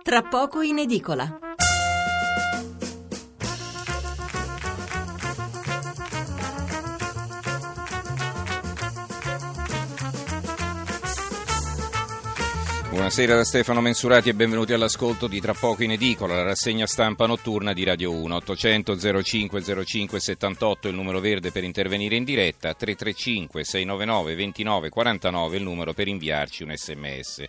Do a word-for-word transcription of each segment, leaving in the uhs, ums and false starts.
Tra poco in edicola. Buonasera da Stefano Mensurati e benvenuti all'ascolto di Tra poco in edicola, la rassegna stampa notturna di Radio uno. ottocento zero cinque zero cinque settantotto il numero verde per intervenire in diretta, tre tre cinque sei nove nove due nove quattro nove il numero per inviarci un sms.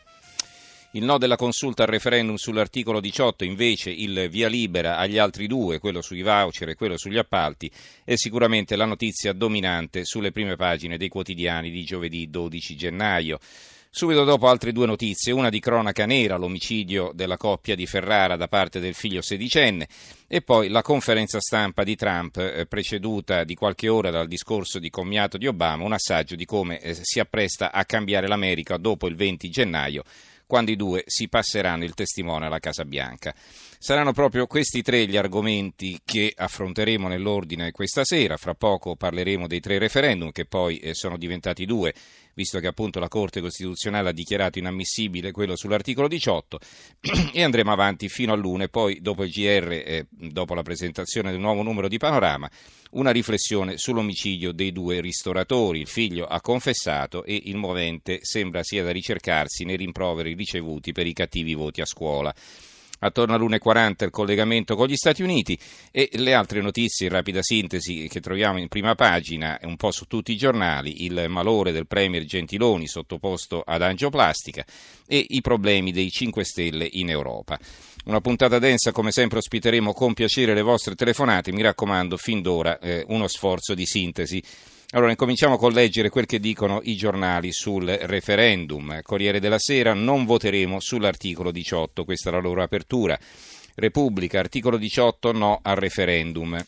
Il no della consulta al referendum sull'articolo diciotto, invece il via libera agli altri due, quello sui voucher e quello sugli appalti, è sicuramente la notizia dominante sulle prime pagine dei quotidiani di giovedì dodici gennaio. Subito dopo altre due notizie, una di cronaca nera, l'omicidio della coppia di Ferrara da parte del figlio sedicenne, e poi la conferenza stampa di Trump, eh, preceduta di qualche ora dal discorso di commiato di Obama, un assaggio di come eh, si appresta a cambiare l'America dopo il venti gennaio, quando i due si passeranno il testimone alla Casa Bianca. Saranno proprio questi tre gli argomenti che affronteremo nell'ordine questa sera. Fra poco parleremo dei tre referendum, che poi eh, sono diventati due, visto che appunto la Corte Costituzionale ha dichiarato inammissibile quello sull'articolo diciotto, e andremo avanti fino all'una e poi dopo il G R, eh, dopo la presentazione del nuovo numero di Panorama, una riflessione sull'omicidio dei due ristoratori. Il figlio ha confessato e il movente sembra sia da ricercarsi nei rimproveri ricevuti per i cattivi voti a scuola. Attorno all'una e quaranta il collegamento con gli Stati Uniti e le altre notizie in rapida sintesi che troviamo in prima pagina un po' su tutti i giornali: il malore del premier Gentiloni sottoposto ad angioplastica e i problemi dei cinque Stelle in Europa. Una puntata densa, come sempre ospiteremo con piacere le vostre telefonate, mi raccomando fin d'ora eh, uno sforzo di sintesi. Allora, incominciamo con leggere quel che dicono i giornali sul referendum. Corriere della Sera: non voteremo sull'articolo diciotto, questa è la loro apertura. Repubblica: articolo diciotto, no al referendum.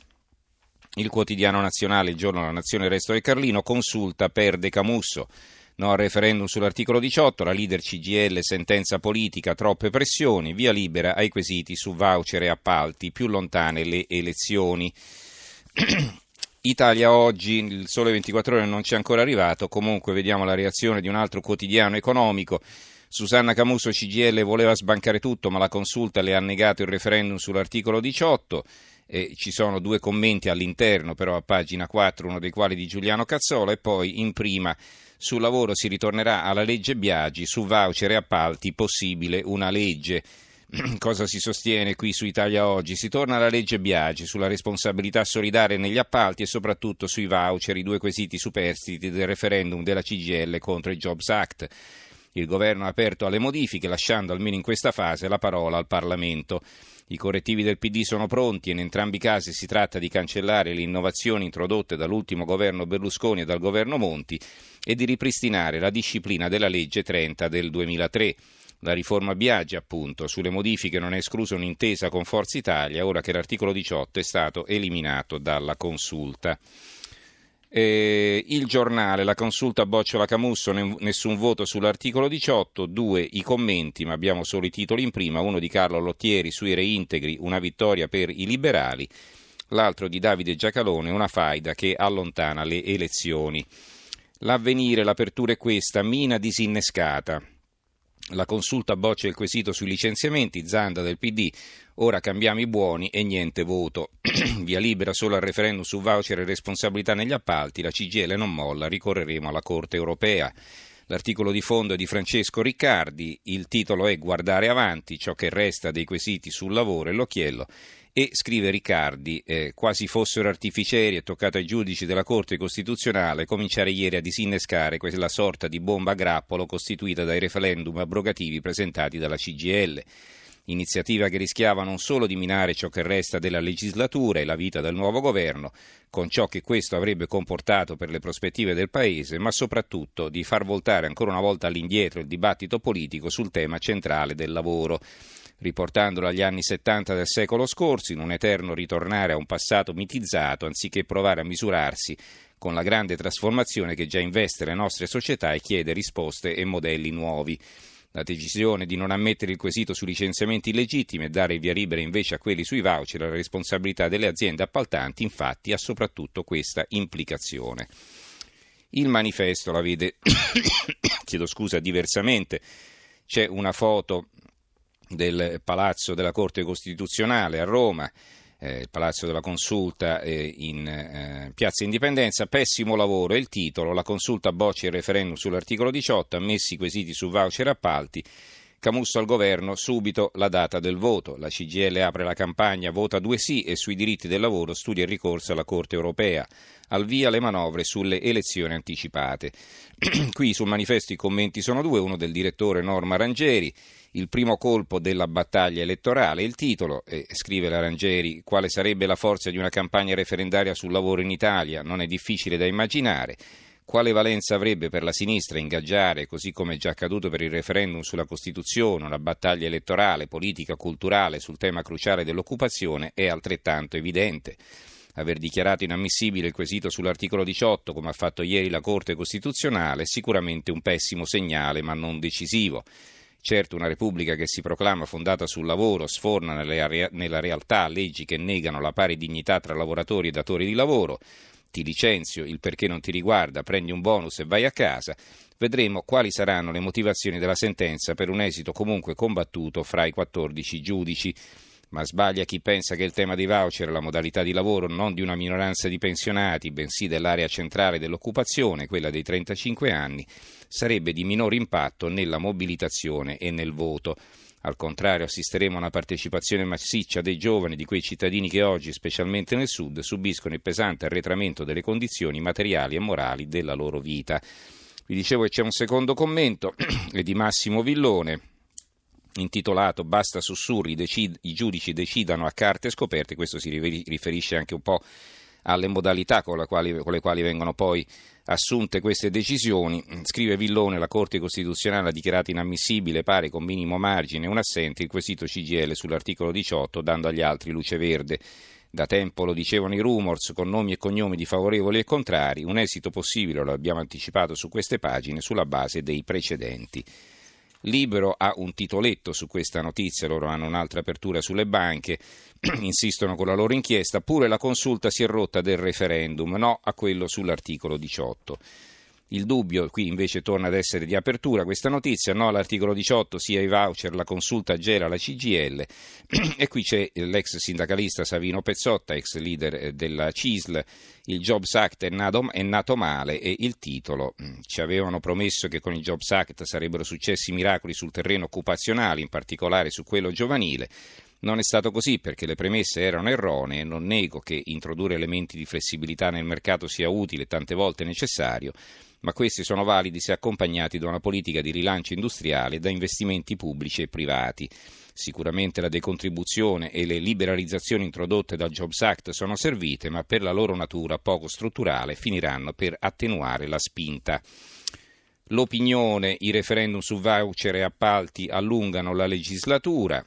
Il Quotidiano Nazionale, il Giorno della Nazione, il Resto del Carlino: consulta, perde Camusso. No al referendum sull'articolo diciotto, la leader C G I L, sentenza politica, troppe pressioni, via libera ai quesiti su voucher e appalti, più lontane le elezioni. Italia Oggi, il Sole ventiquattro Ore non ci è ancora arrivato, comunque vediamo la reazione di un altro quotidiano economico. Susanna Camusso, C G I L, voleva sbancare tutto ma la consulta le ha negato il referendum sull'articolo diciotto. E ci sono due commenti all'interno però a pagina quattro, uno dei quali di Giuliano Cazzola, e poi in prima: sul lavoro si ritornerà alla legge Biagi, su voucher e appalti possibile una legge. Cosa si sostiene qui su Italia Oggi? Si torna alla legge Biagi sulla responsabilità solidale negli appalti e soprattutto sui voucher, i due quesiti superstiti del referendum della C G I L contro il Jobs Act. Il governo ha aperto alle modifiche, lasciando almeno in questa fase la parola al Parlamento. I correttivi del P D sono pronti e in entrambi i casi si tratta di cancellare le innovazioni introdotte dall'ultimo governo Berlusconi e dal governo Monti e di ripristinare la disciplina della legge trenta del duemilatré. La riforma Biagi, appunto. Sulle modifiche non è esclusa un'intesa con Forza Italia, ora che l'articolo diciotto è stato eliminato dalla consulta. Eh, il Giornale: la consulta bocciola Camusso, nessun voto sull'articolo diciotto. Due i commenti, ma abbiamo solo i titoli in prima: uno di Carlo Lottieri sui reintegri, una vittoria per i liberali, l'altro di Davide Giacalone, una faida che allontana le elezioni. L'Avvenire: l'apertura è questa, mina disinnescata. La consulta boccia il quesito sui licenziamenti, Zanda del P D, ora cambiamo i buoni e niente voto. Via libera solo al referendum su voucher e responsabilità negli appalti, la C G I L non molla, ricorreremo alla Corte Europea. L'articolo di fondo è di Francesco Riccardi, il titolo è Guardare avanti, ciò che resta dei quesiti sul lavoro e l'occhiello. E scrive Riccardi, eh, quasi fossero artificieri, è toccato ai giudici della Corte Costituzionale cominciare ieri a disinnescare quella sorta di bomba a grappolo costituita dai referendum abrogativi presentati dalla C G I L. Iniziativa che rischiava non solo di minare ciò che resta della legislatura e la vita del nuovo governo, con ciò che questo avrebbe comportato per le prospettive del Paese, ma soprattutto di far voltare ancora una volta all'indietro il dibattito politico sul tema centrale del lavoro. Riportandolo agli anni settanta del secolo scorso, in un eterno ritornare a un passato mitizzato, anziché provare a misurarsi con la grande trasformazione che già investe le nostre società e chiede risposte e modelli nuovi. La decisione di non ammettere il quesito sui licenziamenti illegittimi e dare il via libera invece a quelli sui voucher e la responsabilità delle aziende appaltanti, infatti, ha soprattutto questa implicazione. Il Manifesto la vede, chiedo scusa, diversamente. C'è una foto del Palazzo della Corte Costituzionale a Roma, eh, il Palazzo della Consulta eh, in eh, Piazza Indipendenza. Pessimo lavoro è il titolo, la Consulta boccia il referendum sull'articolo diciotto, ammessi quesiti su voucher e appalti. Camusso al governo, subito la data del voto. La C G I L apre la campagna, vota due sì e sui diritti del lavoro studia il ricorso alla Corte europea. Al via le manovre sulle elezioni anticipate. Qui sul manifesto i commenti sono due, uno del direttore Norma Rangieri, il primo colpo della battaglia elettorale, il titolo, e scrive la Rangieri, quale sarebbe la forza di una campagna referendaria sul lavoro in Italia, non è difficile da immaginare. Quale valenza avrebbe per la sinistra ingaggiare, così come è già accaduto per il referendum sulla Costituzione, una battaglia elettorale, politica, culturale sul tema cruciale dell'occupazione è altrettanto evidente. Aver dichiarato inammissibile il quesito sull'articolo diciotto, come ha fatto ieri la Corte Costituzionale, è sicuramente un pessimo segnale, ma non decisivo. Certo, una Repubblica che si proclama fondata sul lavoro sforna nelle, nella realtà leggi che negano la pari dignità tra lavoratori e datori di lavoro. Ti licenzio, il perché non ti riguarda, prendi un bonus e vai a casa. Vedremo quali saranno le motivazioni della sentenza per un esito comunque combattuto fra i quattordici giudici. Ma sbaglia chi pensa che il tema dei voucher è la modalità di lavoro non di una minoranza di pensionati, bensì dell'area centrale dell'occupazione, quella dei trentacinque anni, sarebbe di minor impatto nella mobilitazione e nel voto. Al contrario, assisteremo a una partecipazione massiccia dei giovani, di quei cittadini che oggi, specialmente nel sud, subiscono il pesante arretramento delle condizioni materiali e morali della loro vita. Vi dicevo che c'è un secondo commento, è di Massimo Villone, intitolato Basta sussurri, decid- i giudici decidano a carte scoperte. Questo si riferisce anche un po' alle modalità con, la quali, con le quali vengono poi assunte queste decisioni. Scrive Villone, la Corte Costituzionale ha dichiarato inammissibile, pare con minimo margine, un assente, il quesito C G I L sull'articolo diciotto, dando agli altri luce verde. Da tempo lo dicevano i rumors, con nomi e cognomi di favorevoli e contrari, un esito possibile lo abbiamo anticipato su queste pagine sulla base dei precedenti. Libero ha un titoletto su questa notizia, loro hanno un'altra apertura sulle banche, insistono con la loro inchiesta, pure la consulta si è rotta del referendum, no a quello sull'articolo diciotto. Il dubbio qui invece torna ad essere di apertura questa notizia, no all'articolo diciotto, sia ai voucher, la consulta gela la C G I L e qui c'è l'ex sindacalista Savino Pezzotta, ex leader della C I S L, il Jobs Act è nato, è nato male e il titolo, ci avevano promesso che con il Jobs Act sarebbero successi miracoli sul terreno occupazionale, in particolare su quello giovanile. Non è stato così perché le premesse erano erronee, non nego che introdurre elementi di flessibilità nel mercato sia utile e tante volte necessario, ma questi sono validi se accompagnati da una politica di rilancio industriale e da investimenti pubblici e privati. Sicuramente la decontribuzione e le liberalizzazioni introdotte dal Jobs Act sono servite, ma per la loro natura poco strutturale finiranno per attenuare la spinta. L'opinione, i referendum su voucher e appalti allungano la legislatura.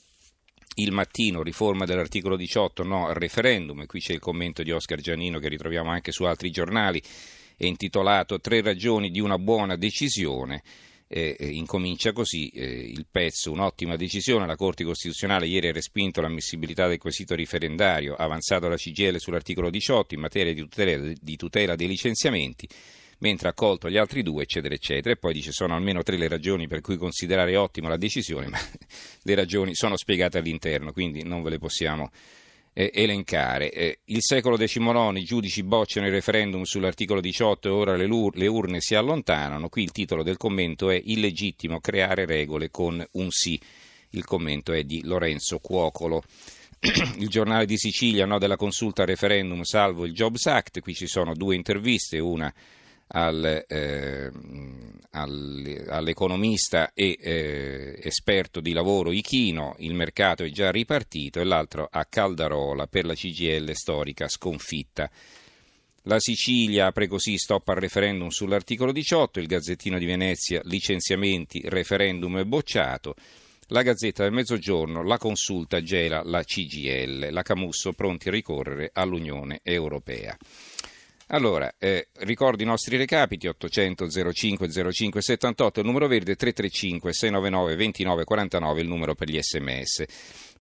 Il Mattino, riforma dell'articolo diciotto, no al referendum, e qui c'è il commento di Oscar Giannino che ritroviamo anche su altri giornali, è intitolato Tre ragioni di una buona decisione. Eh, eh, incomincia così eh, il pezzo: un'ottima decisione, la Corte Costituzionale ieri ha respinto l'ammissibilità del quesito referendario avanzato alla C G I L sull'articolo diciotto in materia di tutela, di tutela dei licenziamenti, mentre ha accolto gli altri due, eccetera eccetera, e poi dice sono almeno tre le ragioni per cui considerare ottima la decisione, ma le ragioni sono spiegate all'interno, quindi non ve le possiamo eh, elencare. Eh, il secolo diciannove, i giudici bocciano il referendum sull'articolo diciotto e ora le, lur- le urne si allontanano. Qui il titolo del commento è illegittimo creare regole con un sì. Il commento è di Lorenzo Cuocolo. Il giornale di Sicilia, no della consulta al referendum salvo il Jobs Act. Qui ci sono due interviste, una Al, eh, al, all'economista e eh, esperto di lavoro Ichino, il mercato è già ripartito, e l'altro a Caldarola, per la C G I L storica sconfitta. La Sicilia apre così, stop al referendum sull'articolo diciotto, il Gazzettino di Venezia, licenziamenti, referendum è bocciato. La Gazzetta del Mezzogiorno, la consulta gela la C G I L, la Camusso pronti a ricorrere all'Unione Europea. Allora, eh, ricordo i nostri recapiti: ottocento zero cinque zero cinque settantotto il numero verde, tre tre cinque sei nove nove due nove quattro nove il numero per gli sms.